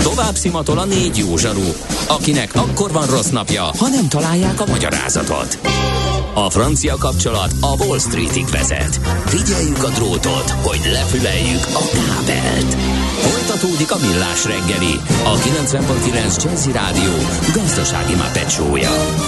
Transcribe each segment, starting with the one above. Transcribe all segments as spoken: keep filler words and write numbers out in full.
Tovább szimatol a négy jó zsaru, akinek akkor van rossz napja, ha nem találják a magyarázatot. A francia kapcsolat a Wall Streetig vezet. Figyeljük a drótot, hogy lefüleljük a kábelt. Folytatódik a Millás reggeli, a kilencven pont kilenc Jazzy Rádió gazdasági mápecsója.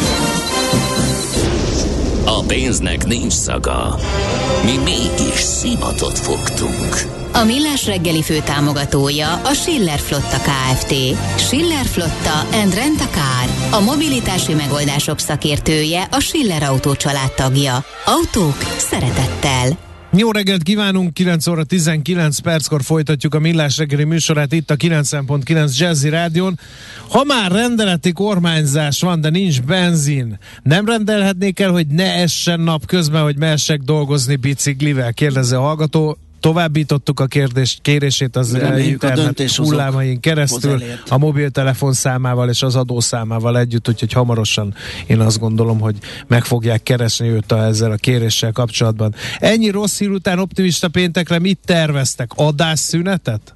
A pénznek nincs szaga. Mi mégis szimatot fogtunk. A Millás reggeli főtámogatója a Schiller Flotta Kft. Schiller Flotta and Rent a Car. A mobilitási megoldások szakértője, a Schiller Autó család tagja. Autók szeretettel. Jó reggelt kívánunk, kilenc óra tizenkilenc perckor folytatjuk a Millás reggeli műsorát itt a kilencven pont kilenc Jazzy Rádión. Ha már rendeleti kormányzás van, de nincs benzin, nem rendelhetnék el, hogy ne essen napközben, hogy mehessek dolgozni biciklivel? Kérdezze a hallgató. Továbbítottuk a kérdést, kérését az internet hullámain keresztül, a mobiltelefon számával és az adószámával együtt, úgyhogy hamarosan én azt gondolom, hogy meg fogják keresni őt a, ezzel a kéréssel kapcsolatban. Ennyi rossz hír után optimista péntekre mit terveztek? Adásszünetet?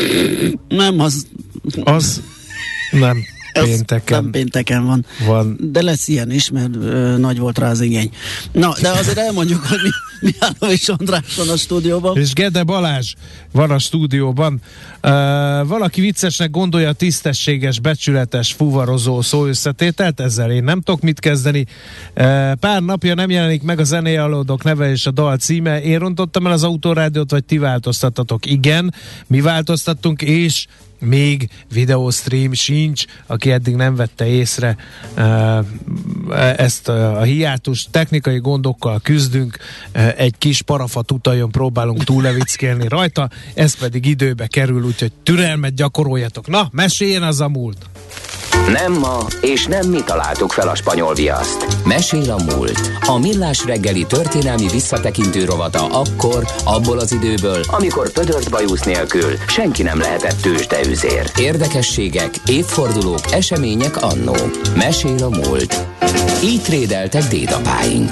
Nem, az... Az nem. Pénteken. Nem pénteken van. van. De lesz ilyen is, mert ö, nagy volt rá az igény. Na, de azért elmondjuk, hogy mi, Mihálovics András van a stúdióban. És Gede Balázs van a stúdióban. Uh, valaki viccesnek gondolja a tisztességes, becsületes, fuvarozó szóösszetételt, ezzel én nem tudok mit kezdeni. Uh, pár napja nem jelenik meg a zenéalódok neve és a dal címe. Én rontottam el az Autorádiót, vagy ti változtattatok? Igen, mi változtattunk, és még videostream sincs, aki eddig nem vette észre uh, ezt a hiátus. Technikai gondokkal küzdünk, uh, egy kis parafat utajon próbálunk túllevickélni rajta, ez pedig időbe kerül, úgyhogy türelmet gyakoroljatok. Na, meséljen az a múlt! Nem ma, és nem mi találtuk fel a spanyol viaszt. Mesél a múlt. A Millás reggeli történelmi visszatekintő rovata akkor, abból az időből, amikor pödört bajusz nélkül senki nem lehetett tőzsdeüzér. Érdekességek, évfordulók, események annó. Mesél a múlt. Így trédeltek dédapáink.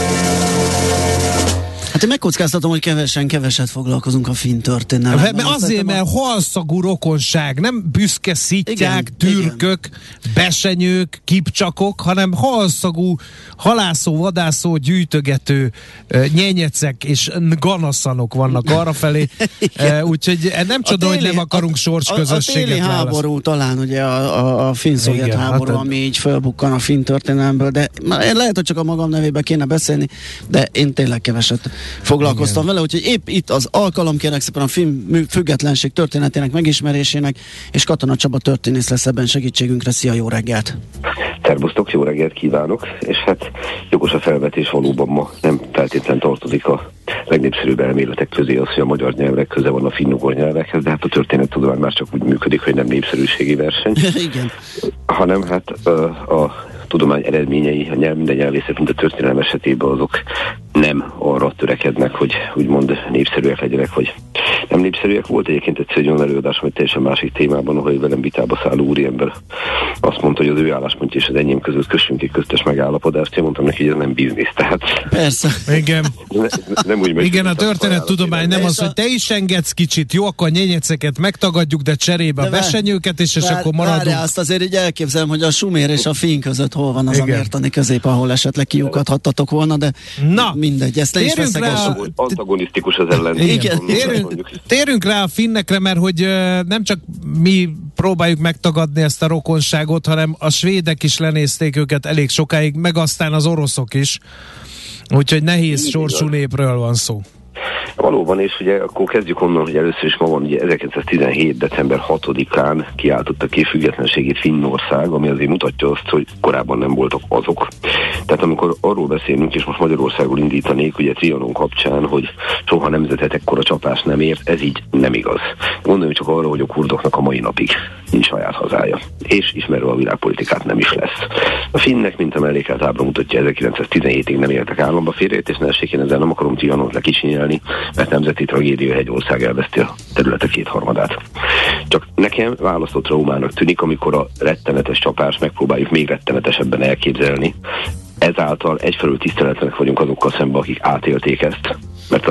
Hát én megkockáztatom, hogy kevesen, keveset foglalkozunk a finn történelemmel. Azért, mert halszagú rokonság, nem büszke szittyák, türkök, igen. besenyők, kipcsakok, hanem halszagú, halászó, vadászó, gyűjtögető uh, nyenyecek és ganaszanok vannak arrafelé. uh, úgyhogy nem csoda, téli, hogy nem akarunk sorsközösséget választani. A, a téli háború talán ugye a, a, a finn-szovjet háború, hát, ami így felbukkan a finn történelemből, de lehet, hogy csak a magam nevében kéne beszélni, de én tényleg keveset foglalkoztam igen. vele, úgyhogy épp itt az alkalom, kérlek szépen a film függetlenség történetének megismerésének, és Katona Csaba történész lesz ebben segítségünkre. Szia, jó reggelt! Szervusztok, jó reggelt kívánok, és hát jogos a felvetés, valóban ma nem feltétlenül tartozik a legnépszerűbb elméletek közé az, hogy a magyar nyelvek köze van a finn-ugor nyelvekhez, de hát a történettudomány már csak úgy működik, hogy nem népszerűségi verseny. Igen. Hanem hát a, a tudomány eredményei, a nyelv, minden nyelvészet, mint a történelem esetében azok nem arra törekednek, hogy úgymond népszerűek legyenek, vagy nem népszerűek. Volt egyébként egy olyan előadásom egy teljesen másik témában, ahol egy velem vitába szálló úriember azt mondta, hogy az ő álláspontja és az enyém között kössünk egy köztes megállapodást. Én mondtam neki, hogy ez nem biznisz, tehát... Persze. Igen. Ne, nem úgy megy, igen, a történettudomány nem az, hogy te is engedsz kicsit, jó, akkor a nyenyeceket megtagadjuk, de cserébe de a besenyőket, és, és akkor maradunk. Várjál, azt azért így elképzelem, hogy a sumér és a finn között hol van az igen. a mértani közép, ahol esetleg kiukadhattatok volna, de na, mindegy, ezt le is veszek. Antagonisztikus az ellentét. Igen. Térünk, térünk rá a finnekre, mert hogy uh, nem csak mi próbáljuk megtagadni ezt a rokonságot, hanem a svédek is lenézték őket elég sokáig, meg aztán az oroszok is. Úgyhogy nehéz sorsú népről van szó. Valóban, és ugye akkor kezdjük onnan, hogy először is ma van, ugye ezerkilencszáztizenhét. december hatodikán kiáltotta ki függetlenségét Finnország, ami azért mutatja azt, hogy korábban nem voltak azok. Tehát amikor arról beszélünk, és most Magyarországról indítanék, ugye Trianon kapcsán, hogy soha nemzetet ekkora csapás nem ért, ez így nem igaz. Gondoljunk csak arra, hogy a kurdoknak a mai napig nincs saját hazája, és ismerve a világpolitikát nem is lesz. A finnek, mint a mellékelt ábra mutatja, ezerkilencszáztizenhétig nem éltek államba, félreértés ne essék, én ezzel nem akarom Trianont lekicsinyelni, mert nemzeti tragédia, egy ország elveszti a területe kétharmadát. Csak nekem választott traumának tűnik, amikor a rettenetes csapást megpróbáljuk még rettenetesebben elképzelni. Ezáltal egyfelől tiszteletlenek vagyunk azokkal szemben, akik átélték ezt, mert a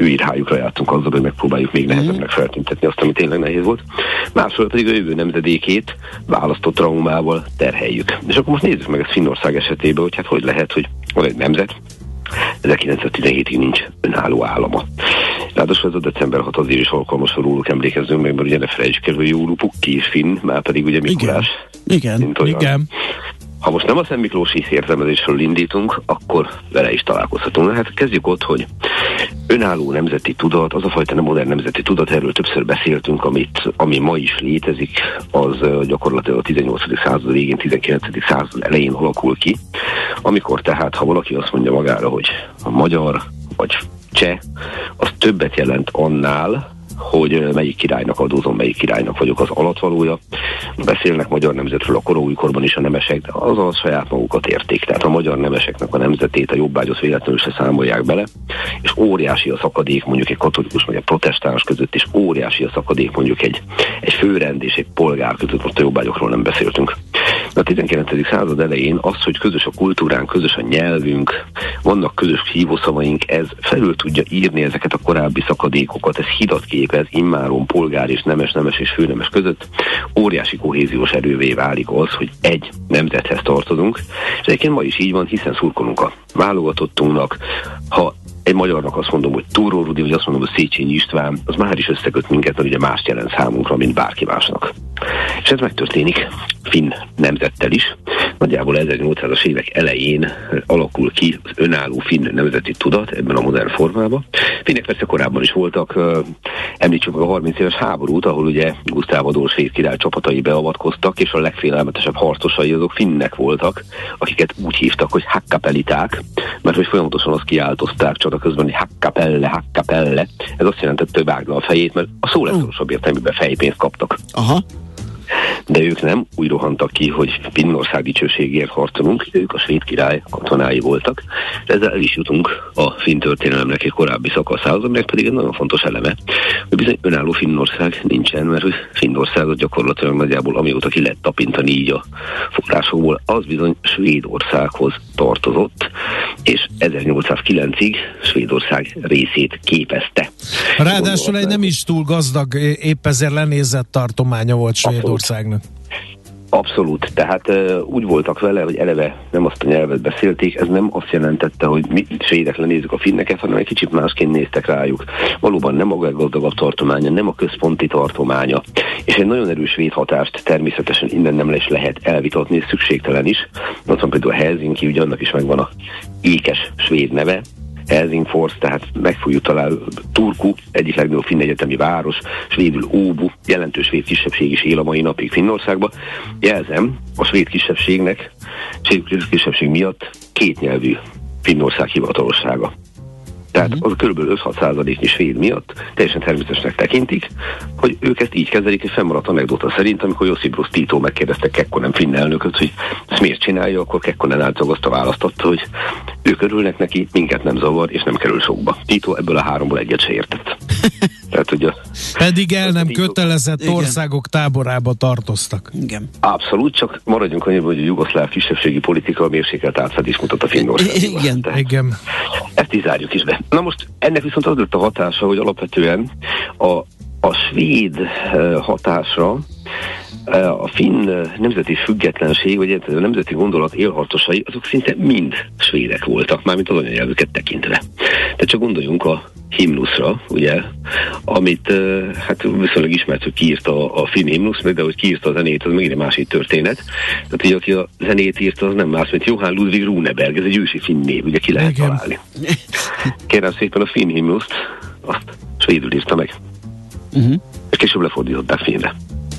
ő írhájukra jártunk azzal, hogy megpróbáljuk még nehezebbnek feltüntetni azt, ami tényleg nehéz volt. Másról pedig a jövő nemzedékét választott traumával terheljük. És akkor most nézzük meg ezt Finnország esetében, hogy hát hogy lehet, hogy van egy nemzet, ezerkilencszáztizenhétig nincs önálló állama. Ráadásul ez a december hatodika is alkalmas, ha róluk emlékezzünk meg, mert ugye ne felejtsük el, hogy Joulu Pukki és Finn, már pedig ugye Mikulás. Igen, igen. igen. Ha most nem a Szent Miklósi értelmezésről indítunk, akkor vele is találkozhatunk. Hát kezdjük ott, hogy önálló nemzeti tudat, az a fajta nem modern nemzeti tudat, erről többször beszéltünk, amit, ami ma is létezik, az gyakorlatilag a tizennyolcadik század végén, tizenkilencedik század elején alakul ki, amikor tehát, ha valaki azt mondja magára, hogy a magyar vagy cseh, az többet jelent annál, hogy melyik királynak adózom, melyik királynak vagyok az alattvalója. Beszélnek magyar nemzetről a koróújkorban is a nemesek, de az a saját magukat érték. Tehát a magyar nemeseknek a nemzetét, a jobbágyat véletlenül se számolják bele, és óriási a szakadék mondjuk egy katolikus vagy egy protestáns között, és óriási a szakadék mondjuk egy, egy főrend és egy polgár között, most a jobbágyokról nem beszéltünk. De a tizenkilencedik század elején az, hogy közös a kultúránk, közös a nyelvünk, vannak közös hívószavaink, ez felül tudja írni ezeket a korábbi szakadékokat, ez hidat képez immáron polgár és nemes, nemes és főnemes között. Óriási kohéziós erővé válik az, hogy egy nemzethez tartozunk, és egyébként ma is így van, hiszen szurkolunk a válogatottunknak. Ha egy magyarnak azt mondom, hogy Túró Rudi, vagy azt mondom, hogy Széchenyi István, az már is összeköt minket, mert ugye mást jelent számunkra, mint bárki másnak. És ez megtörténik finn nemzettel is. Nagyjából ezernyolcszázas évek elején alakul ki az önálló finn nemzeti tudat ebben a modern formában. Finnek persze korábban is voltak, említsük meg a harminc éves háborút, ahol ugye Gusztáv Adolf svéd király csapatai beavatkoztak, és a legfélelmetesebb harcosai azok finnek voltak, akiket úgy hívtak, hogy hakkapeliták, mert hogy folyamatosan azt kiáltozták csata közben, hogy hakkapelle, hakkapelle. Ez azt jelentette, hogy vágd le a fejét, mert a szó legszorosabb értelmében fejpénzt kaptak. Aha. De ők nem úgy rohantak ki, hogy Finnország dicsőségért harcolunk, ők a svéd király katonái voltak, és ezzel el is jutunk a finn történelemnek egy korábbi szakaszához, aminek pedig egy nagyon fontos eleme, hogy bizony önálló Finnország nincsen, mert hogy Finnországot gyakorlatilag nagyjából amióta ki lehet tapintani így a forrásokból, az bizony Svédországhoz tartozott, és ezernyolcszázkilencig Svédország részét képezte. Ráadásul egy nem is túl gazdag, épp ezért lenézett tartománya volt Svédországnak. Abszolút, tehát uh, úgy voltak vele, hogy eleve nem azt a nyelvet beszélték, ez nem azt jelentette, hogy mi svédek lenézzük a finneket, hanem egy kicsit másként néztek rájuk. Valóban nem a gazdagabb tartománya, nem a központi tartománya, és egy nagyon erős svéd hatást természetesen innen nem is lehet elvitatni, és szükségtelen is. Ott van például a Helsinki, ugye annak is megvan a ékes svéd neve, Helsingfors, tehát meg fogjuk találni Turku, egyik legnagyobb finn egyetemi város, svédül Åbo, jelentős svéd kisebbség is él a mai napig Finnországban. Jelzem, a svéd kisebbségnek, svéd kisebbség miatt kétnyelvű Finnország hivatalossága. Tehát az körülbelül öt-hat százaléknyi svéd miatt teljesen természetesnek tekintik, hogy ők ezt így kezelik, és fennmaradt anekdota szerint, amikor Josip Broz Tito megkérdezte Kekkonen finn elnököt, hogy ezt miért csinálja, akkor Kekkonen által azt választotta, hogy ők örülnek neki, minket nem zavar, és nem kerül sokba. Tito ebből a háromból egyet se értett. Tehát, ugye, Pedig el nem kötelezett igen. országok táborába tartoztak. Igen. Abszolút, csak maradjunk annyiban, hogy a jugoszláv kisebbségi politika a mérsékelt átfed is mutat a Finnországban. Igen. Igen. Ezt is zárjuk is be. Na most ennek viszont az lett a hatása, hogy alapvetően a, a svéd uh, hatásra uh, a finn uh, nemzeti függetlenség, vagy a nemzeti gondolat élharcosai, azok szinte mind svédek voltak, mármint az anyanyelvüket tekintve. Tehát csak gondoljunk a himnuszra, ugye, amit uh, hát viszonylag ismert, hogy kiírta a, a finn himnusz, de hogy kiírta a zenét, az megint egy másik történet. Tehát ugye, aki a zenét írta, az nem más, mint Johann Ludwig Runeberg, ez egy ősi finn név, ugye ki lehet igen. találni. Kérem szépen, a finn himnuszt, azt svédül írta meg. Uh-huh. És később lefordították finnre.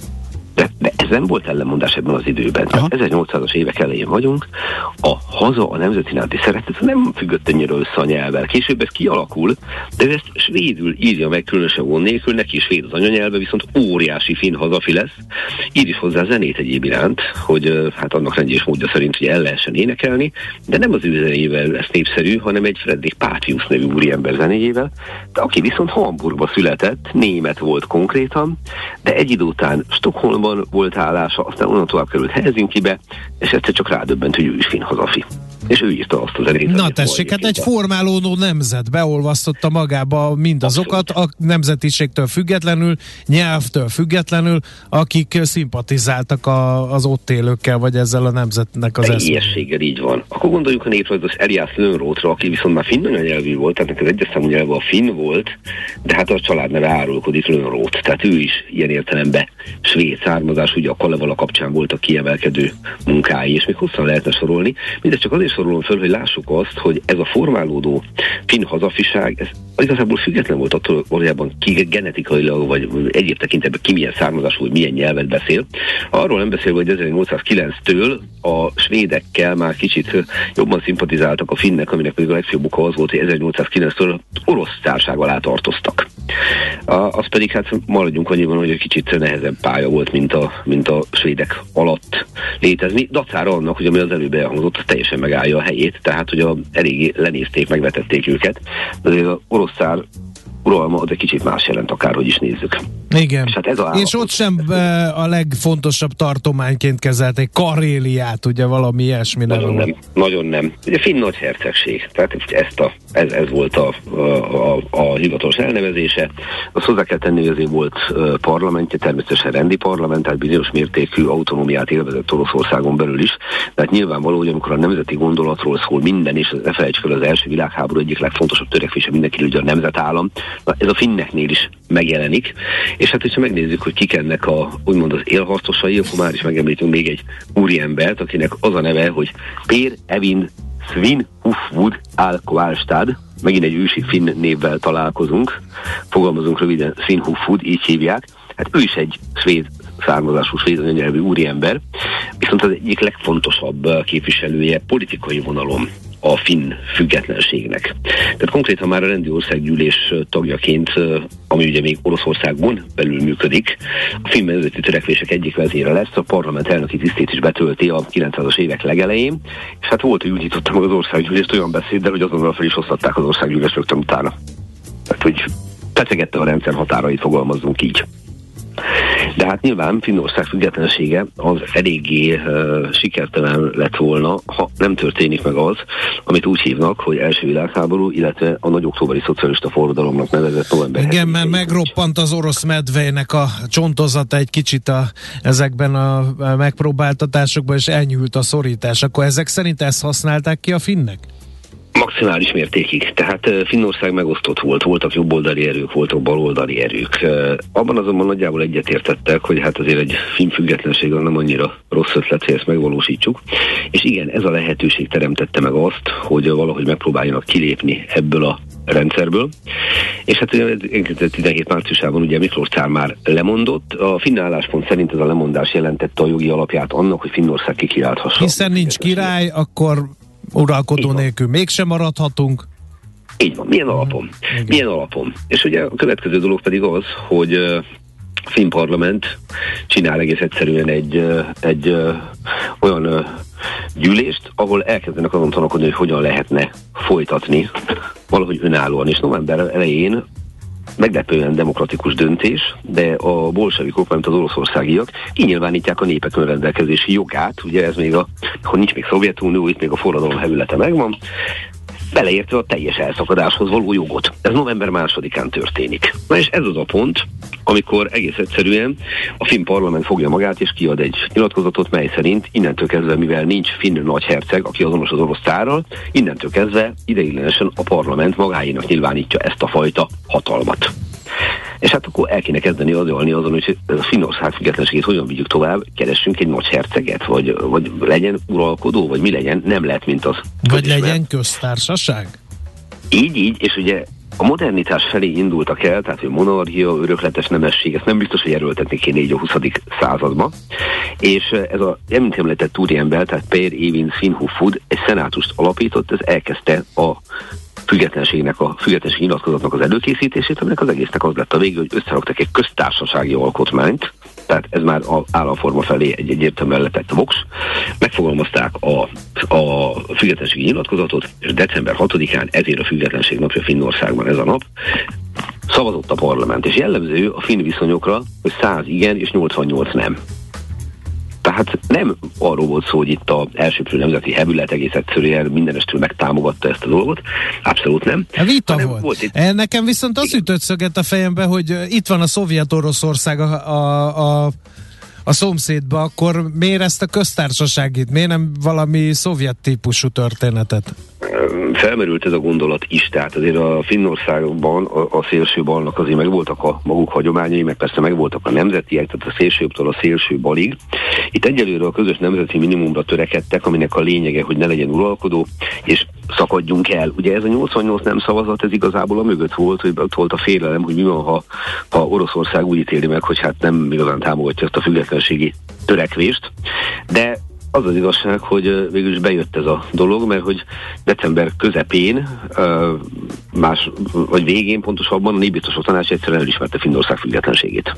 De, de ez nem volt ellenmondás ebben az időben. Tehát ezernyolcszázas évek elején vagyunk, a haza, a nemzet iránti szeretet nem függött ennyire össze a nyelvvel. Később ez kialakul, de ezt svédül írja meg különösen gond nélkül, neki is svéd az anyanyelve, viszont óriási finn hazafi lesz. Ír is hozzá zenét egyéb iránt, hogy hát annak rendje és módja szerint ugye el lehessen énekelni, de nem az ő zenével lesz népszerű, hanem egy Fredrik Pátius nevű úriember zenéjével, de aki viszont Hamburgba született, német volt konkrétan, de egy idő után Stockholmban volt állása, aztán onnan tovább került Helsinkibe, és egyszer csak rádöbbent, hogy ő is finn hazafi. és ő írta azt az zenét. Na tessék, hát egy formálódó nemzet beolvasztotta magába mindazokat a nemzetiségtől függetlenül, nyelvtől függetlenül, akik szimpatizáltak a, az ott élőkkel, vagy ezzel a nemzetnek az eszmével. Ilyességgel így van. Akkor gondoljuk a néprajzos Elias Lönnrothra, aki viszont már finn anyanyelvű volt, tehát az egyes számú nyelve a finn volt, de hát a család neve árulkodik Lönnroth, tehát ő is ilyen értelemben svéd származás, ugye a Kalevala kapcsán voltak kiemelkedő munkái, és még hosszan lehetne sorolni. Mindezt csak azért sorolom föl, hogy lássuk azt, hogy ez a formálódó finn hazafiság, ez igazából független volt attól valójában ki genetikailag, vagy egyéb tekintetben ki milyen származású, hogy milyen nyelvet beszél. Arról nem beszélve, hogy ezernyolcszázkilenctől a svédekkel már kicsit jobban szimpatizáltak a finnek, aminek pedig a legfőbb oka az volt, hogy ezernyolcszázkilenctől orosz cárság alá tartoztak. A, az pedig hát maradjunk annyiban, hogy egy kicsit nehezebb pálya volt, mint a, mint a svédek alatt létezni. Dacára annak, hogy ami az előbb elhangzott, az teljesen megállja a helyét, tehát hogy a, eléggé lenézték, megvetették őket. De azért az orosz cár uralma az egy kicsit más jelent, akárhogy is nézzük. Igen, és, hát ez és ott sem a legfontosabb tartományként kezelték Karéliát, ugye valami ilyesmi. Nagyon nem, nagyon nem. Ugye finn nagyhercegség, tehát ezt a, ez, ez volt a, a, a, a hivatalos elnevezése. Azt hozzá kell tenni, hogy azért volt uh, parlamentje, természetesen rendi parlament, tehát bizonyos mértékű autonómiát élvezett Oroszországon belül is. Tehát nyilvánvaló, hogy amikor a nemzeti gondolatról szól minden, és ne felejtsük fel, az első világháború egyik legfontosabb törekvése mindenki, ugye a nemzetállam. Na, ez a finneknél is megjelenik, és hát hogyha megnézzük, hogy kik ennek a úgymond az élharcosai, akkor már is megemlítünk még egy úriembert, akinek az a neve, hogy Per Evin Svinhufvud Alkválstad, megint egy ősi finn névvel találkozunk, fogalmazunk röviden, Svinhufvud, így hívják. Hát ő is egy svéd származású, svéd anyanyelvű úriember, viszont az egyik legfontosabb képviselője politikai vonalon a finn függetlenségnek. Tehát konkrétan már a rendi országgyűlés tagjaként, ami ugye még Oroszországban belül működik, a finn nemzeti törekvések egyik vezére lesz, a parlament elnöki tisztét is betölti a kilencszázas évek legelején, és hát volt, hogy úgy nyitotta meg az országgyűlést olyan beszéddel, hogy azonnal fel is osztatták az országgyűlést rögtön utána. Tehát, hogy tetszegette a rendszer határait, fogalmazzunk így. De hát nyilván Finnország függetlensége az eléggé uh, sikertelen lett volna, ha nem történik meg az, amit úgy hívnak, hogy első világháború, illetve a nagy októberi szocialista forradalomnak nevezett november. Igen, mert megroppant az orosz medvének a csontozata egy kicsit a, ezekben a megpróbáltatásokban, és elnyúlt a szorítás. Akkor ezek szerint ezt használták ki a finnek? Maximális mértékig. Tehát Finnország megosztott volt, voltak jobboldali erők, voltak baloldali erők. Abban azonban nagyjából egyetértettek, hogy hát azért egy finn függetlenség nem annyira rossz ötlet, hogy ezt megvalósítsuk. És igen, ez a lehetőség teremtette meg azt, hogy valahogy megpróbáljanak kilépni ebből a rendszerből. És hát ezerkilencszáztizenhét márciusában ugye Miklós cár már lemondott. A finn álláspont szerint ez a lemondás jelentette a jogi alapját annak, hogy Finnország kikirálthassa. Hiszen nincs király, akkor uralkodó nélkül mégsem maradhatunk. Így van. Milyen alapon? Igen. Milyen alapon? És ugye a következő dolog pedig az, hogy a finn parlament csinál egész egyszerűen egy, egy olyan gyűlést, ahol elkezdenek azon tanakodni, hogy hogyan lehetne folytatni valahogy önállóan. És november elején meglepően demokratikus döntés, de a bolsevikok, mint az oroszországiak kinyilvánítják a népek önrendelkezési jogát, ugye ez még a, hogy nincs még Szovjetunió, itt még a forradalom hevülete megvan, beleértve a teljes elszakadáshoz való jogot. Ez november másodikán történik. Na és ez az a pont, amikor egész egyszerűen a finn parlament fogja magát és kiad egy nyilatkozatot, mely szerint innentől kezdve, mivel nincs finn nagyherceg, aki azonos az orosz cárral, innentől kezdve ideiglenesen a parlament magáénak nyilvánítja ezt a fajta hatalmat. És hát akkor el kéne kezdeni agyalni azon, hogy a Finnország függetlenségét hogyan vigyük tovább, keressünk egy nagy herceget, vagy, vagy legyen uralkodó, vagy mi legyen, nem lehet, mint az. Vagy legyen köztársaság? Így, így, és ugye a modernitás felé indultak el, tehát hogy monarchia, örökletes nemesség, ezt nem biztos, hogy erőltetni kéne így a huszadik században. És ez a említ említett úriember, tehát Per Evin Svinhufvud egy szenátust alapított, ez elkezdte a függetlenségnek, a függetlenség nyilatkozatnak az előkészítését, aminek az egésznek az lett a vége, hogy összeraktak egy köztársasági alkotmányt, tehát ez már az államforma felé egy egyértelműen letett vox, megfogalmazták a, a függetlenségi nyilatkozatot, és december hatodikán, ezért a függetlenség napja Finnországban ez a nap, szavazott a parlament, és jellemző a finn viszonyokra, hogy száz igen és nyolcvannyolc nem. Tehát nem arról volt szó, hogy itt az elsőprő nemzeti hevület egész egyszerűen mindenestől megtámogatta ezt a dolgot. Abszolút nem. A vita volt. volt itt... Nekem viszont az ütött szöget a fejembe, hogy itt van a Szovjet-Oroszország a, a, a, a szomszédba, akkor miért ezt a köztársaságit? Miért nem valami szovjet típusú történetet? Felmerült ez a gondolat is, tehát azért a Finnországban a, a szélső balnak azért megvoltak a maguk hagyományai, meg persze megvoltak a nemzetiek, tehát a szélsőbbtől a szélső balig. Itt egyelőre a közös nemzeti minimumra törekedtek, aminek a lényege, hogy ne legyen uralkodó, és szakadjunk el. Ugye ez a nyolcvannyolc nem szavazat, ez igazából a mögött volt, hogy ott volt a félelem, hogy mi van, ha, ha Oroszország úgy ítéli meg, hogy hát nem igazán támogatja ezt a függetlenségi törekvést, de az az igazság, hogy végül is bejött ez a dolog, mert hogy december közepén, más, vagy végén pontosabban a Népbiztosok Tanács egyszerűen elismerte Finnország függetlenségét.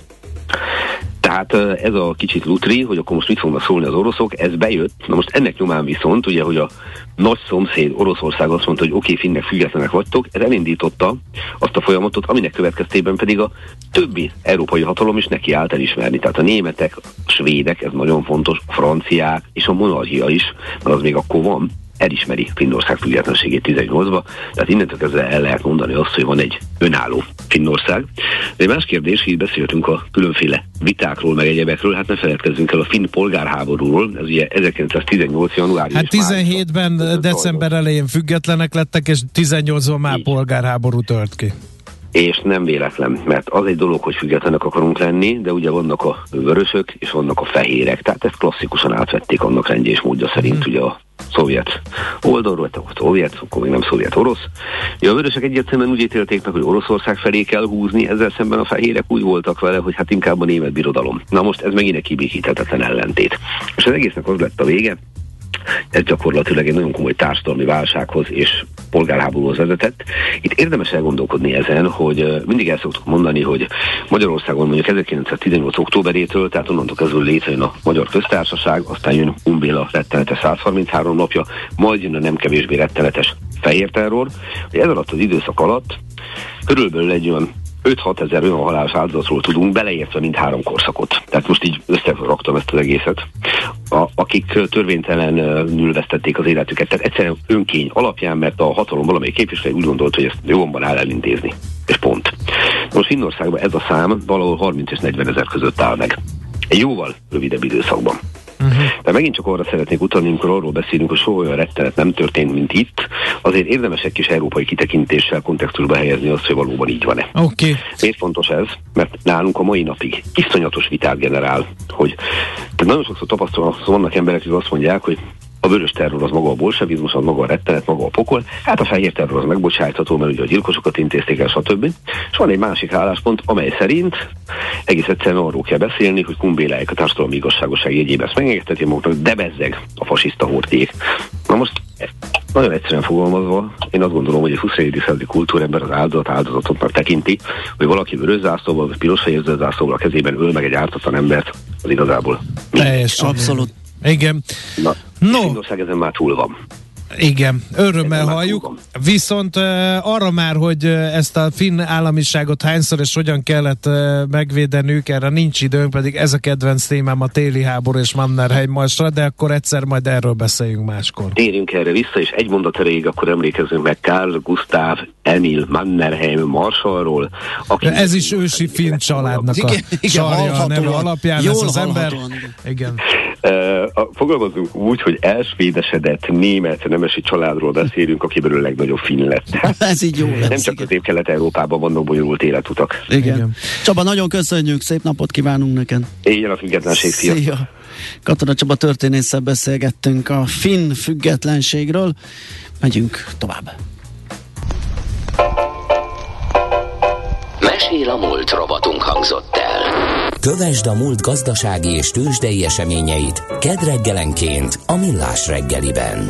Tehát ez a kicsit lutri, hogy akkor most mit fognak szólni az oroszok, ez bejött. Na most ennek nyomán viszont, ugye, hogy a nagy szomszéd Oroszország azt mondta, hogy oké, okay, finnek függetlenek vagytok, ez elindította azt a folyamatot, aminek következtében pedig a többi európai hatalom is neki állt elismerni. Tehát a németek, a svédek, ez nagyon fontos, a franciák és a monarchia is, mert az még akkor van, elismeri Finnország függetlenségét tizennyolcba, tehát innentől kezdve el lehet mondani azt, hogy van egy önálló Finnország. De egy más kérdés, hogy beszéltünk a különféle vitákról, meg egyebekről, hát ne feledkezzünk el a finn polgárháborúról, ez ugye ezerkilencszáztizennyolc januárjus. Hát tizenhétben december elején függetlenek lettek, és tizennyolcban már így polgárháború tört ki. És nem véletlen, mert az egy dolog, hogy függetlenek akarunk lenni, de ugye vannak a vörösök, és vannak a fehérek, tehát ezt klasszikusan átvették annak rendje és módja szerint, mm. ugye a szovjet oldalról, tehát a szovjet, akkor még nem szovjet-orosz. Ja, a vörösök egyértelműen úgy ítélték meg, hogy Oroszország felé kell húzni, ezzel szemben a fehérek úgy voltak vele, hogy hát inkább a német birodalom. Na most ez megint egy kibékíthetetlen ellentét. És az egésznek az lett a vége, ez gyakorlatilag egy nagyon komoly társadalmi válsághoz és polgárháborúhoz vezetett. Itt érdemes elgondolkodni ezen, hogy mindig el szoktuk mondani, hogy Magyarországon mondjuk ezerkilencszáztizennyolc októberétől, tehát onnantól kezdve létrejön a Magyar Köztársaság, aztán jön Umbéla rettenetes száz harminchárom napja, majd jön a nem kevésbé rettenetes fehér terror, hogy ez alatt az időszak alatt körülbelül egy olyan öt-hat ezer olyan halálos áldozatról tudunk, beleértve mind három korszakot. Tehát most így összeraktam ezt az egészet. A, akik törvénytelenül vesztették az életüket. Tehát egyszerűen önkény alapján, mert a hatalom valamelyik képviselő úgy gondolt, hogy ezt jobban áll elintézni. És pont. Most Finnországban ez a szám valahol harminc és negyven ezer között áll meg. Egy jóval rövidebb időszakban. Uh-huh. De megint csak arra szeretnék utalni, amikor arról beszélünk, hogy soha olyan rettenet nem történt, mint itt, azért érdemes egy kis európai kitekintéssel kontextusba helyezni azt, hogy valóban így van-e. Okay. Miért fontos ez? Mert nálunk a mai napig iszonyatos vitát generál, hogy nagyon sokszor tapasztalom, vannak emberek, akik azt mondják, hogy a vörös terror az maga a bolsevizmus, az maga a rettenet, maga a pokol, hát a fehér terror az megbocsájtható, mert ugye a gyilkosokat intézték el, stb. És van egy másik álláspont, amely szerint egész egyszerűen arról kell beszélni, hogy Kumbéláik a társadalmi igazságosság jegyében ezt megengedheti maguknak, de bezzeg a fasiszta horték. Na most nagyon egyszerűen fogalmazva, én azt gondolom, hogy a huszonegyedik századi kultúrember az áldozat áldozatoknak tekinti, hogy valaki vörös zászlóval, vagy piros fehér zászlóval a kezében öl meg egy ártatlan embert, az igazából. Teljesen. Abszolút. Igen. Na, no. Finnország ezen már túl van. Igen, örömmel halljuk. Viszont uh, arra már, hogy uh, ezt a finn államiságot hányszor és hogyan kellett uh, megvédenünk, erre nincs időnk, pedig ez a kedvenc témám a téli háború és Mannerheim marsra, de akkor egyszer majd erről beszéljünk máskor. Térjünk erre vissza, és egy mondat erejéig akkor emlékezzünk meg Karl Gustav Emil Mannerheim marsalról. Ez is ősi finn családnak a sarja a neve alapján. Ez az ember. Igen. Uh, fogalmazunk úgy, hogy elsvédesedett német nemesi családról beszélünk, akiből a legnagyobb finn lett. Ez így jó lesz. Nem csak az Kelet-Európában vannak bonyolult életutak. Igen. Igen. Csaba, nagyon köszönjük, szép napot kívánunk neked. Éljen a függetlenség, szia. Szia. Katona Csaba történésszel beszélgettünk a finn függetlenségről. Megyünk tovább. Mesél a múlt robotunk hangzott el. Kövesd a múlt gazdasági és tőzsdei eseményeit kedd reggelenként a Millás reggeliben.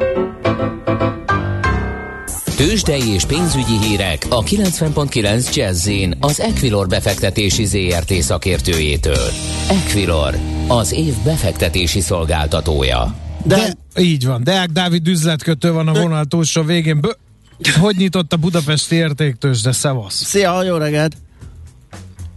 Tőzsdei és pénzügyi hírek a kilencven pont kilenc Jazz-in az Equilor befektetési zé er té szakértőjétől. Equilor, az év befektetési szolgáltatója. De, De így van, Deák Dávid üzletkötő van a vonal túlsó végén. Bö- hogy nyitott a budapesti értéktőzsde? Szevasz! Szia, jó reggelt!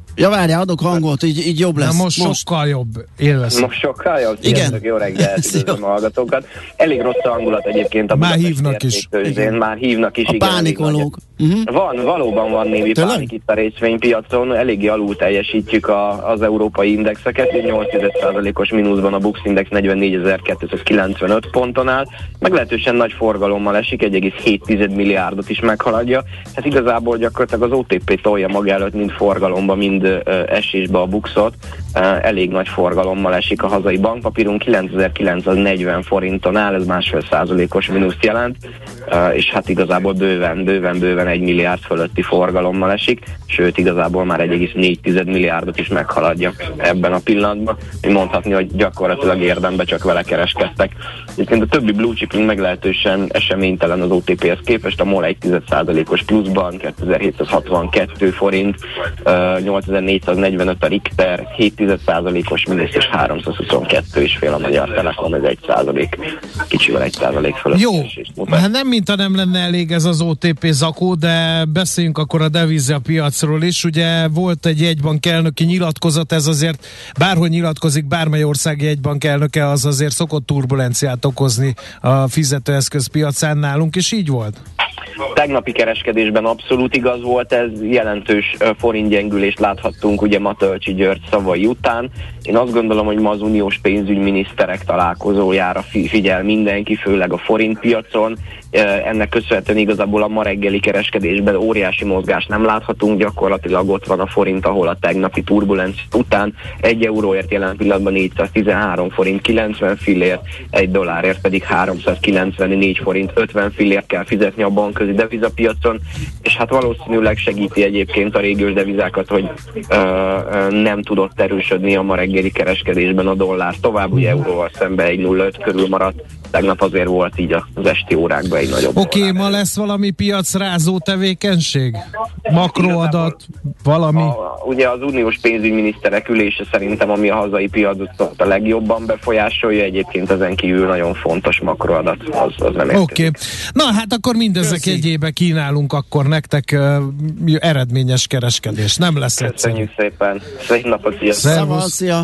Ja, várjál, adok hangot, így, így jobb lesz. Na most, most sokkal jobb. Élvezem. Most sokkal jobb. Igen. Jó reggelt, üdvözlöm a hallgatókat. Elég rossz a hangulat egyébként a Már hívnak is. Tőzsdén. Már hívnak is. A igen, pánikolók. Uh-huh. Van, valóban van némi Tényleg? pánik itt a részvénypiacon. Eléggé alul teljesítjük a, az európai indexeket. nyolc százalékos mínuszban a Bux Index negyvennégyezer-kétszázkilencvenöt ponton áll. Meglehetősen nagy forgalommal esik, egy egész hét milliárdot is meghaladja. Hát igazából gyakorlatilag az o té pé tolja maga előtt mind forgalomba, mind uh, esésbe a Buxot. Uh, elég nagy forgalommal esik a hazai bankpapírunk, kilencezer-kilencszáznegyven forinton áll, ez másfél százalékos mínuszt jelent, uh, és hát igazából bőven, bőven, bőven egy milliárd fölötti forgalommal esik, sőt igazából már egy egész négy milliárdot is meghaladja ebben a pillanatban. Mondhatni, hogy gyakorlatilag érdembe csak vele kereskedtek. Egyébként a többi blue chipünk meglehetősen eseménytelen az o té péhez képest, a MOL egy százalékos pluszban, kétezer-hétszázhatvankettő forint, uh, nyolcezer-négyszáznegyvenöt a Richter, hét százalékos mínusz és háromszázhuszonkettő és fél a Magyar Telekom, ez egy százalék, kicsivel egy százalék fölött. Jó, hát nem mintha nem lenne elég ez az o té pé zakó, de beszéljünk akkor a devizapiacról is. Ugye volt egy jegybank elnöki nyilatkozat, ez azért bárhol nyilatkozik bármely ország jegybank elnöke, az azért szokott turbulenciát okozni a fizetőeszközpiacán, nálunk is így volt? Tegnapi kereskedésben abszolút igaz volt, ez jelentős forintgyengülést láthattunk ugye Matölcsi György szavai után. Én azt gondolom, hogy ma az uniós pénzügyminiszterek találkozójára figyel mindenki, főleg a forintpiacon. Ennek köszönhetően igazából a ma reggeli kereskedésben óriási mozgást nem láthatunk, gyakorlatilag ott van a forint, ahol a tegnapi turbulencia után egy euróért jelen pillanatban négyszáztizenhárom forint kilencven fillért, egy dollárért pedig háromszázkilencvennégy forint ötven fillért kell fizetni a bankközi devizapiacon, és hát valószínűleg segíti egyébként a régiós devizákat, hogy ö, ö, nem tudott erősödni a ma reggeli kereskedésben a dollár tovább, ugye euróval szemben egy nulla egész öt körül maradt. Tegnap azért volt így az esti órákban egy nagyobb. Oké, okay, ma lesz valami piacrázó tevékenység? Makroadat, valami? A, ugye az uniós pénzügyminiszterek ülése szerintem, ami a hazai piacot a legjobban befolyásolja, egyébként ezen kívül nagyon fontos makroadat, az, az nem érkezik. Oké. Okay. Na hát akkor mindezek Köszi. Egyébe kínálunk akkor nektek uh, eredményes kereskedés. Nem lesz egyszerű. Köszönjük szépen. Szép napot, szia!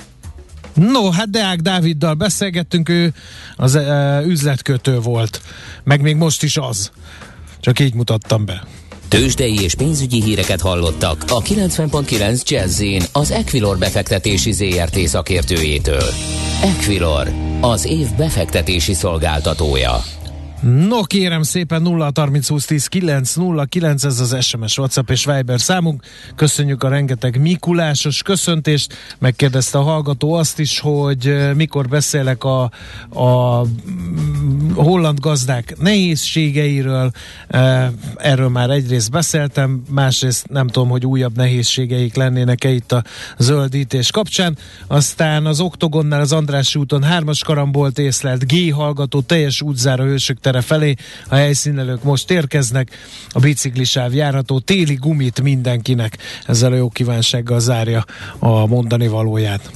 No, hát Deák Dáviddal beszélgettünk, ő az uh, üzletkötő volt, meg még most is az. Csak így mutattam be. Tőzsdei és pénzügyi híreket hallottak a kilencven pont kilenc Jazz-in az Equilor befektetési zé er té szakértőjétől. Equilor, az év befektetési szolgáltatója. No kérem szépen, nulla harminc húsz tíz kilenc nulla kilenc, ez az es em es, WhatsApp és Viber számunk. Köszönjük a rengeteg Mikulásos köszöntést. Megkérdezte a hallgató azt is, hogy mikor beszélek a, a holland gazdák nehézségeiről. Erről már egyrészt beszéltem, másrészt nem tudom, hogy újabb nehézségeik lennének-e itt a zöldítés kapcsán. Aztán az Oktogonnál az Andrássy úton hármas karambolt észlelt G hallgató, teljes útzár a Hősök tere felé, a helyszínelők most érkeznek, a biciklisáv járható, téli gumit mindenkinek. Ezzel a jó kívánsággal zárja a mondani valóját.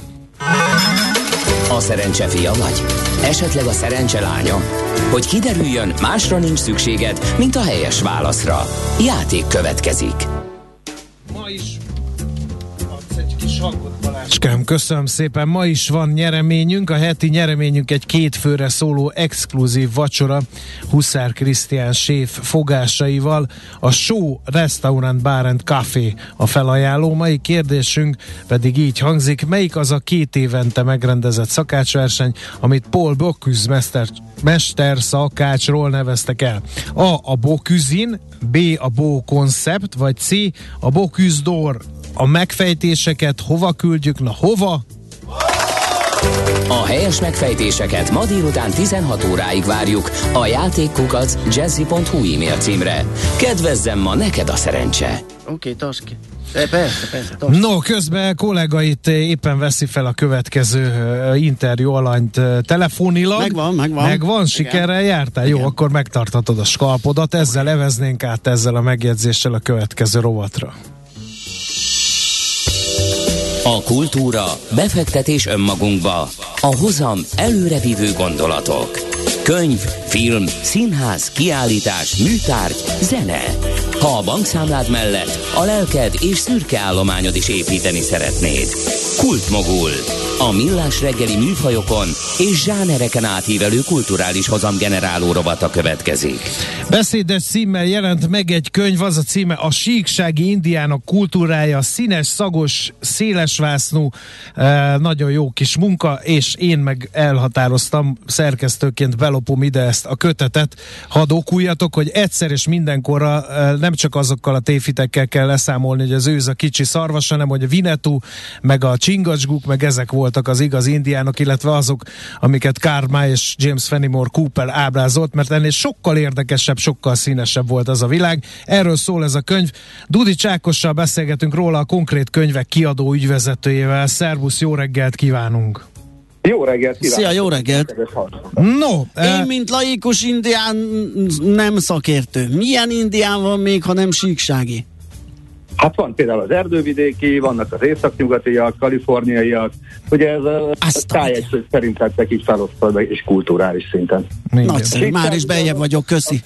A szerencse fia vagy? Esetleg a szerencse lánya? Hogy kiderüljön, másra nincs szükséged, mint a helyes válaszra. Játék következik. Ma is adsz egy kis hangot, Balázskám, köszönöm szépen. Ma is van nyereményünk, a heti nyereményünk egy két főre szóló exkluzív vacsora Huszár Krisztián séf fogásaival. A Show Restaurant Bar and Café a felajánló. Mai kérdésünk pedig így hangzik: melyik az a két évente megrendezett szakácsverseny, amit Paul Bocuse mester, mester szakácsról neveztek el? A. A Bocuse-in, B. A Beau Concept, vagy C. A Bocuse d'Or. A megfejtéseket hova küldjük? Na hova? A helyes megfejtéseket ma délután tizenhat óráig várjuk a játékkukac jazzy pont hu e-mail címre. Kedvezzem ma neked a szerencse! Oké, okay, taski. Persze, persze, taski. No, közben kollega itt éppen veszi fel a következő interjú alanyt telefonilag. Megvan, megvan. Megvan, sikerrel jártál? Igen. Jó, akkor megtarthatod a skalpodat. Ezzel eveznénk át ezzel a megjegyzéssel a következő rovatra. A kultúra, befektetés önmagunkba, a hozam előrevívő gondolatok. Könyv, film, színház, kiállítás, műtárgy, zene. Ha a bankszámlád mellett a lelked és szürke állományod is építeni szeretnéd. Kultmogul. A millás reggeli műfajokon és zsánereken átívelő kulturális hozamgeneráló rovata következik. Beszédes címmel jelent meg egy könyv, az a címe A síksági indiánok kultúrája, színes, szagos, szélesvásznú, eh, nagyon jó kis munka, és én meg elhatároztam, szerkesztőként belopom ide ezt a kötetet. Hadd okuljatok, hogy egyszer és mindenkorra eh, nem csak azokkal a tévhitekkel kell leszámolni, hogy az őz a kicsi szarvas, hanem hogy a Winnetou, meg a Csingacsguk, meg ezek voltak az igaz indiánok, illetve azok, amiket Karl May és James Fenimore Cooper ábrázolt, mert ennél sokkal érdekesebb, sokkal színesebb volt az a világ. Erről szól ez a könyv. Dudi Csákossal beszélgetünk róla, a Konkrét Könyvek kiadó ügyvezetőjével. Szervusz, jó reggelt kívánunk! Jó reggelt kívánok! Szia, jó reggelt! No, Én, mint laikus indián nem szakértő. Milyen indián van még, ha nem síksági? Hát van például az erdővidéki, vannak az északnyugatiak, kaliforniaiak, ugye ez a tájegység szerint lettek így felosztva és kulturális szinten. Nagyszerű, már is beljebb vagyok, köszi.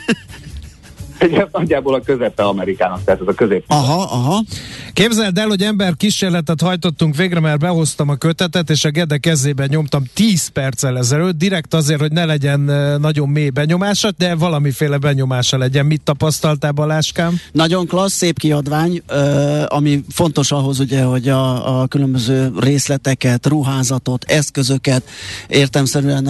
Ez nagyjából a közepe Amerikának, tehát ez a közép. Aha, aha. Képzeld el, hogy ember kísérletet hajtottunk végre, mert behoztam a kötetet, és a Gede kezében nyomtam tíz perccel ezelőtt, direkt azért, hogy ne legyen nagyon mély benyomása, de valamiféle benyomása legyen. Mit tapasztaltál, Baláskám? Nagyon klassz, szép kiadvány, ami fontos ahhoz, ugye, hogy a, a különböző részleteket, ruházatot, eszközöket értelemszerűen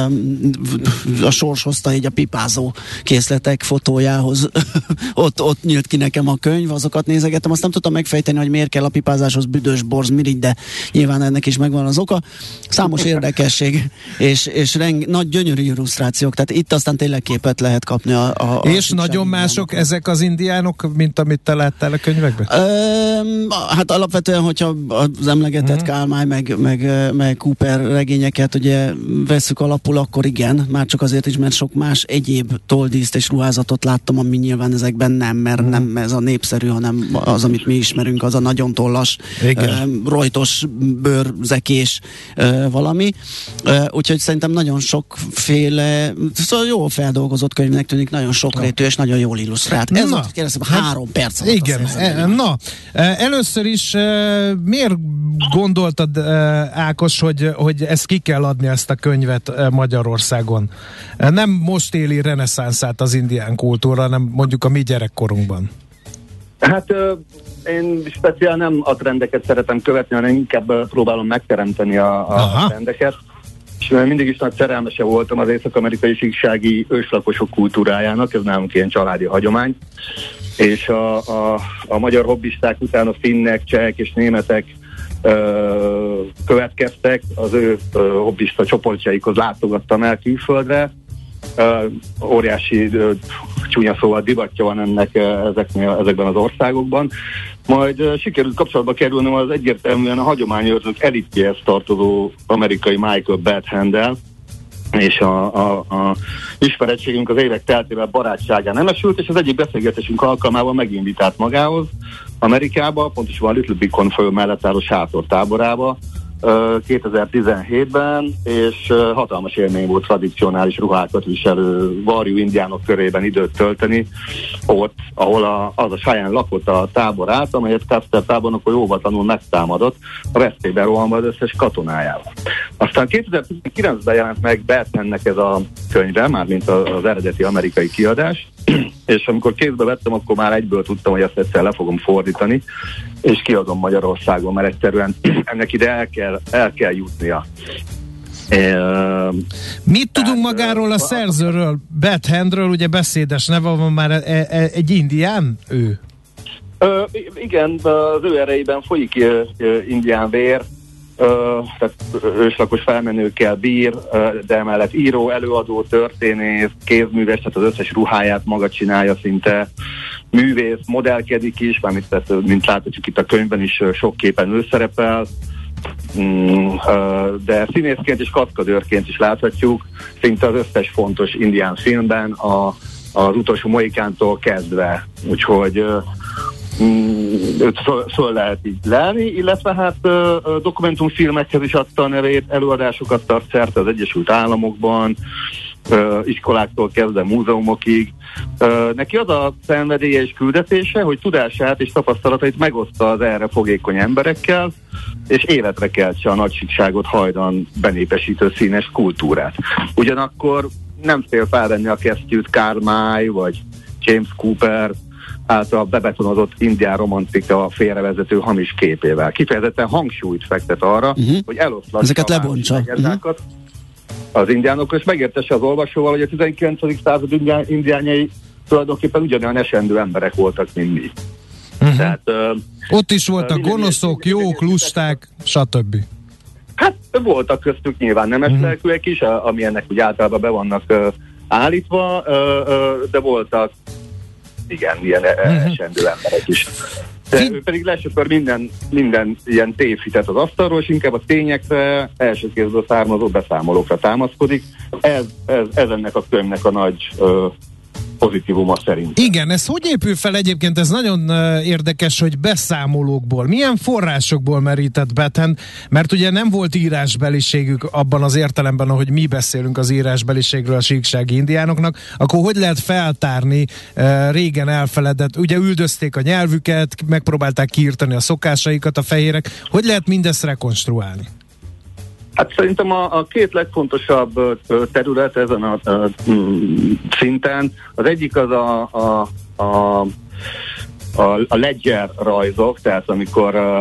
a sors hozta így a pipázó készletek fotójához. ott, ott nyílt ki nekem a könyv, azokat nézegettem, azt nem tudtam megfejteni, hogy miért kell a pipázáshoz büdös borz, mirigy, de nyilván ennek is megvan az oka. Számos érdekesség, és, és reng, nagy gyönyörű illusztrációk, tehát itt aztán tényleg képet lehet kapni a, a És a nagyon mások indiánok. Ezek az indiánok, mint amit te láttál a könyvekben? Ö, hát alapvetően, hogyha az emlegetett mm. Karl May meg, meg, meg Cooper regényeket ugye vesszük alapul, akkor igen, már csak azért is, mert sok más egyéb toldíszt és ruházatot láttam, ami nyilván ezekben nem, mert mm. nem ez a népszerű, hanem az, amit mi ismerünk, az a nagyon tollas, uh, rojtos, bőrzekés uh, valami. Uh, úgyhogy szerintem nagyon sokféle, szóval jól feldolgozott könyvnek tűnik, nagyon sokrétű és nagyon jól illusztrált. Ez na, volt, kérdezem, három perc alatt. Igen, e, na, először is e, miért gondoltad, e, Ákos, hogy, hogy ezt ki kell adni, ezt a könyvet e, Magyarországon? E, nem most éli reneszánszát az indián kultúra, hanem mondjuk a mi gyerekkorunkban. Hát én speciál nem a trendeket szeretem követni, hanem inkább próbálom megteremteni a, a trendeket. És mindig is nagy szerelmese voltam az észak-amerikai síksági őslakosok kultúrájának, ez nálunk ilyen családi hagyomány. És a, a, a magyar hobbisták után a finnek, csehek és németek ö, következtek, az ő ö, hobbista csoportjaikhoz látogattam el külföldre. Uh, óriási uh, csúnya szóval divatja van ennek uh, ezeknél, ezekben az országokban. Majd uh, sikerült kapcsolatba kerülnöm az egyértelműen a hagyományőrzők elitjéhez tartozó amerikai Michael Bethand-el, és a, a, a ismerettségünk az évek teltével barátságán nemesült, és az egyik beszélgetésünk alkalmával meginvitált magához Amerikába, pontosabban a Little Beacon folyó mellett álló sátortáborába kétezer-tizenhétben, és hatalmas élmény volt tradicionális ruhákat viselő varjú indiánok körében időt tölteni, ott, ahol a, az a Cheyenne lakott a tábor át, amelyet Custer tábornok óvatlanul megtámadott, a veszélyben rohanva az összes katonájával. Aztán kétezer-tizenkilencben jelent meg Berthennek ez a könyve, mármint az eredeti amerikai kiadás, és amikor kézbe vettem, akkor már egyből tudtam, hogy ezt egyszer le fogom fordítani, és kiadom Magyarországon, mert egyszerűen ennek ide el kell, el kell jutnia. E, Mit tudunk magáról a szerzőről, Bethandről, ugye beszédes neve van már, e, e, egy indián ő? Ö, igen, az ő erejében folyik e, e, indián vér, Uh, tehát őslakos felmenőkkel bír, uh, de emellett író, előadó, történész, kézműves, tehát az összes ruháját maga csinálja szinte, művész, modellkedik is, mármint tehát, mint láthatjuk itt a könyvben is uh, sok képen ő szerepel, mm, uh, de színészként és kaskadőrként is láthatjuk, szinte az összes fontos indián filmben, a, az utolsó Mohikántól kezdve, úgyhogy uh, őt föl, föl lehet így lelni, illetve hát uh, dokumentumfilmekhez is adta a nevét, előadásokat tart szerte az Egyesült Államokban, iskoláktól kezdve múzeumokig. Neki az a szenvedélye és küldetése, hogy tudását és tapasztalatait megoszta az erre fogékony emberekkel, és életre keltse a nagyságságot hajdan benépesítő színes kultúrát. Ugyanakkor nem fél felvenni a kesztyűt Karl May vagy James Cooper által bebetonozott indián romantika félrevezető hamis képével. Kifejezetten hangsúlyt fektet arra, uh-huh. hogy eloszlassa ezeket lebontsa legendákat uh-huh. az indiánokról, és megértesse az olvasóval, hogy a tizenkilencedik század indiánjai tulajdonképpen ugyanolyan esendő emberek voltak, mint mi. Uh-huh. Tehát, uh, Ott is voltak uh, gonoszok, jók, lusták, stb. Hát voltak köztük nyilván nemes uh-huh. lelkűek is, ami ennek úgy általában be vannak uh, állítva, uh, uh, de voltak igen, ilyen uh-huh. esendő emberek is. De ő pedig lesöpör minden, minden ilyen tévhitet az asztalról, és inkább a tényekre, első kézből származó beszámolókra támaszkodik. Ez, ez, ez ennek a könyvnek a nagy uh, pozitívuma szerint. Igen, ez hogy épül fel egyébként? Ez nagyon uh, érdekes, hogy beszámolókból. Milyen forrásokból merített Bethen? Mert ugye nem volt írásbeliségük abban az értelemben, ahogy mi beszélünk az írásbeliségről a síksági indiánoknak, akkor hogy lehet feltárni uh, régen elfeledett, ugye üldözték a nyelvüket, megpróbálták kiírtani a szokásaikat a fehérek. Hogy lehet mindezt rekonstruálni? Hát szerintem a, a két legfontosabb terület ezen a, a, a szinten, az egyik az a, a, a, a, a ledger rajzok, tehát amikor a,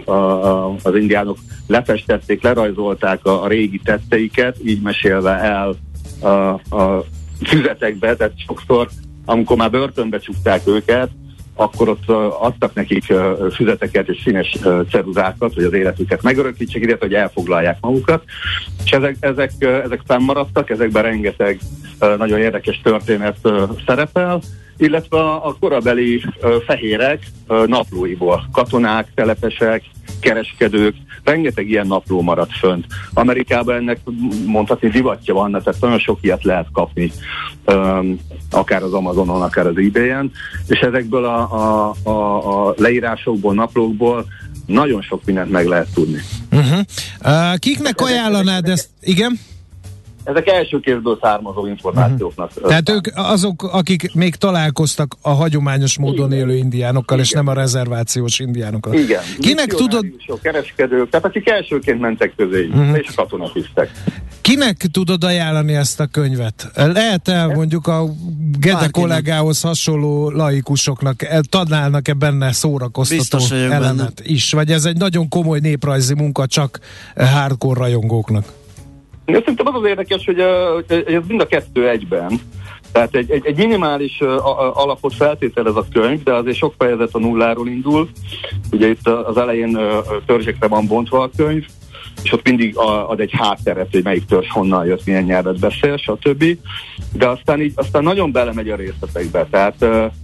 a, az indiánok lefestették, lerajzolták a, a régi tetteiket, így mesélve el a, a füzetekbe, tehát sokszor, amikor már börtönbe csukták őket, akkor ott uh, adtak nekik uh, füzeteket és színes uh, ceruzákat, hogy az életüket megörökítsék, illetve hogy elfoglalják magukat. És ezek, ezek, uh, ezek fennmaradtak, ezekben rengeteg uh, nagyon érdekes történet uh, szerepel, illetve a, a korabeli uh, fehérek uh, naplóiból, katonák, telepesek, kereskedők, rengeteg ilyen napló maradt fönt. Amerikában ennek mondhatni divatja van, tehát nagyon sok ilyet lehet kapni, um, akár az Amazonon, akár az eBay-en, és ezekből a, a, a, a leírásokból, naplókból nagyon sok mindent meg lehet tudni. Uh-huh. Uh, kiknek ajánlanád ezt? Igen? Ezek első kézből származó információknak. Uh-huh. Tehát ők azok, akik még találkoztak a hagyományos módon élő indiánokkal, igen, és nem a rezervációs indiánokkal. Igen. Kinek tudod... kereskedők, tehát akik elsőként mentek közé, uh-huh. és katonatisztek. Kinek tudod ajánlani ezt a könyvet? Lehet-e mondjuk a Gede kollégához hasonló laikusoknak, találnak-e benne szórakoztató elemet benne is? Vagy ez egy nagyon komoly néprajzi munka csak hardcore rajongóknak? Én szerintem az az érdekes, hogy ez mind a kettő egyben. Tehát egy, egy, egy minimális alapot feltételez a könyv, de azért sok fejezet a nulláról indul. Ugye itt az elején törzsekre van bontva a könyv, és ott mindig ad egy hátteret, hogy melyik törzs honnan jött, milyen nyelvet beszél, stb. De aztán, így, aztán nagyon belemegy a részletekbe. Tehát, uh, uh,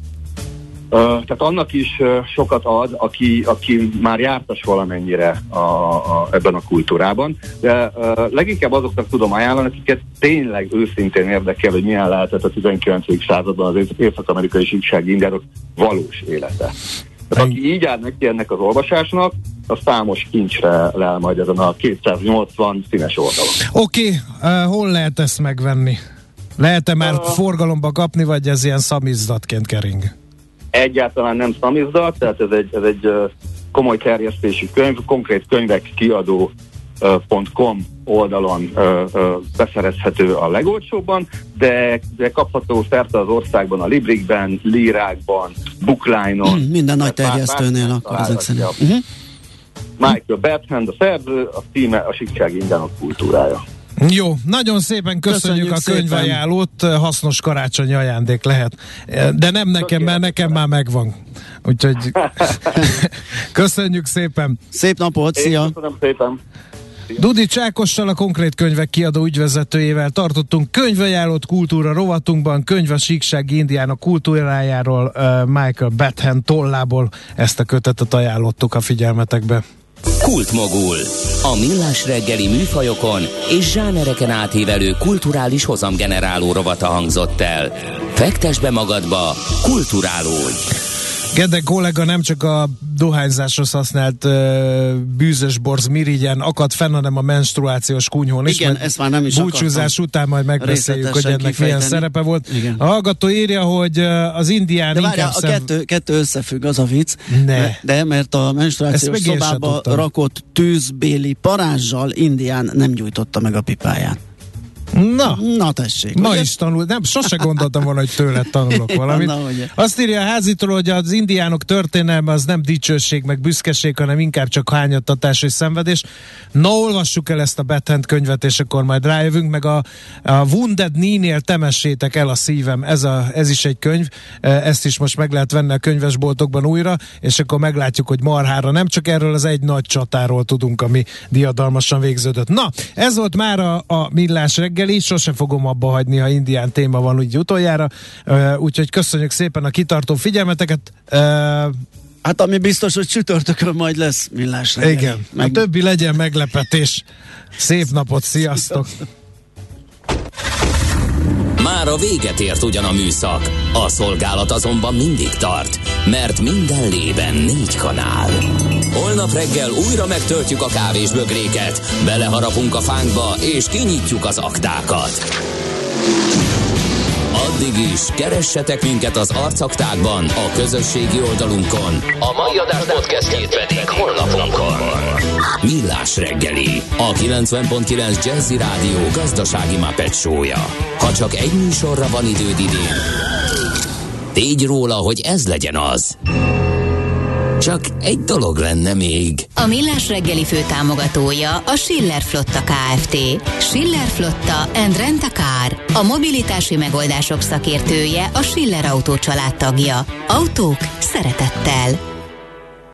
tehát annak is uh, sokat ad, aki, aki már jártas valamennyire a, a, ebben a kultúrában. De uh, leginkább azoknak tudom ajánlani, akiket tényleg őszintén érdekel, hogy milyen lehetett a tizenkilencedik században az észak-amerikai síksági indiánok valós élete. Tehát aki így áll neki ennek az olvasásnak, a számos kincsre lel majd ezen a kétszáznyolcvan színes oldalon. Oké, okay, uh, hol lehet ezt megvenni? Lehet-e már uh, forgalomba kapni, vagy ez ilyen szamizdatként kering? Egyáltalán nem szamizdat, tehát ez egy, ez egy uh, komoly terjesztési könyv, konkrét könyvek kiadó pont com oldalon uh, uh, beszerezhető a legolcsóbban, de, de kapható szerte az országban a Librikben, Lírákban, Bookline-on. Mm, minden nagy terjesztőnél akkor ezek szerint. Uh-huh. Michael Bethen, a szerző, a címe a síksági indiánok kultúrája. Jó, nagyon szépen köszönjük, köszönjük a könyvajánlót, hasznos karácsonyi ajándék lehet, de nem nekem, mert nekem már megvan. Úgyhogy köszönjük szépen. Szép napot, szia! Köszönöm szépen. Dudi Csákossal, a Konkrét Könyvek kiadó ügyvezetőjével tartottunk könyvajánlót kultúra rovatunkban, könyv a síksági indiánok kultúrájáról, uh, Michael Bethen tollából ezt a kötetet ajánlottuk a figyelmetekbe. Kultmogul. A millás reggeli műfajokon és zsánereken átívelő kulturális hozamgeneráló rovata hangzott el. Fektesd be magadba, kulturálódj! Gede kollega nem csak a dohányzáshoz használt uh, bűzös borz mirigyen akad fenn, hanem a menstruációs kunyhón is. Igen, ezt már nem is búcsúzás után majd megbeszéljük, hogy ennek kifejteni. Milyen szerepe volt. Igen. A hallgató írja, hogy uh, az indián de várjál, inkább a kettő, kettő összefügg, az a vicc. Ne. De mert a menstruációs szobába rakott tűzbéli parázsal Indián nem gyújtotta meg a pipáját. Na, Na tessék. ma ugye? is tanul, nem, sose gondoltam volna, hogy tőled tanulok valamit. Na, azt írja a házitól, hogy az indiánok történelme az nem dicsőség, meg büszkeség, hanem inkább csak hányattatás és szenvedés. Na, olvassuk el ezt a Bethent könyvet, és akkor majd rájövünk, meg a, a Wounded Knee-nél temessétek el a szívem, ez, a, ez is egy könyv, ezt is most meg lehet venni a könyvesboltokban újra, és akkor meglátjuk, hogy marhára nem csak erről az egy nagy csatáról tudunk, ami diadalmasan végződött. Na, ez volt már a, a Millás reggeli, sose fogom abba hagyni, ha indián téma van úgy utoljára, uh, úgyhogy köszönjük szépen a kitartó figyelmeteket. Uh, hát ami biztos, hogy csütörtökön majd lesz Millás reggeli. Igen, meg... a többi legyen meglepetés. Szép napot, sziasztok! Már a véget ért ugyan a műszak, a szolgálat azonban mindig tart, mert minden lében négy kanál. Holnap reggel újra megtöltjük a kávésbögréket, beleharapunk a fánkba és kinyitjuk az aktákat. Addig is keressetek minket az arcaktákban, a közösségi oldalunkon. A mai adás podcastjét pedig honlapunkon. Millás reggeli, a kilencven pont kilenc Jazzy Rádió gazdasági Muppet show-ja. Ha csak egy műsorra van időd idén, tégy róla, hogy ez legyen az. Csak egy dolog lenne még. A Millás reggeli főtámogatója a Schiller Flotta Kft. Schiller Flotta and Rent a Car. A mobilitási megoldások szakértője, a Schiller Autó család tagja. Autók szeretettel.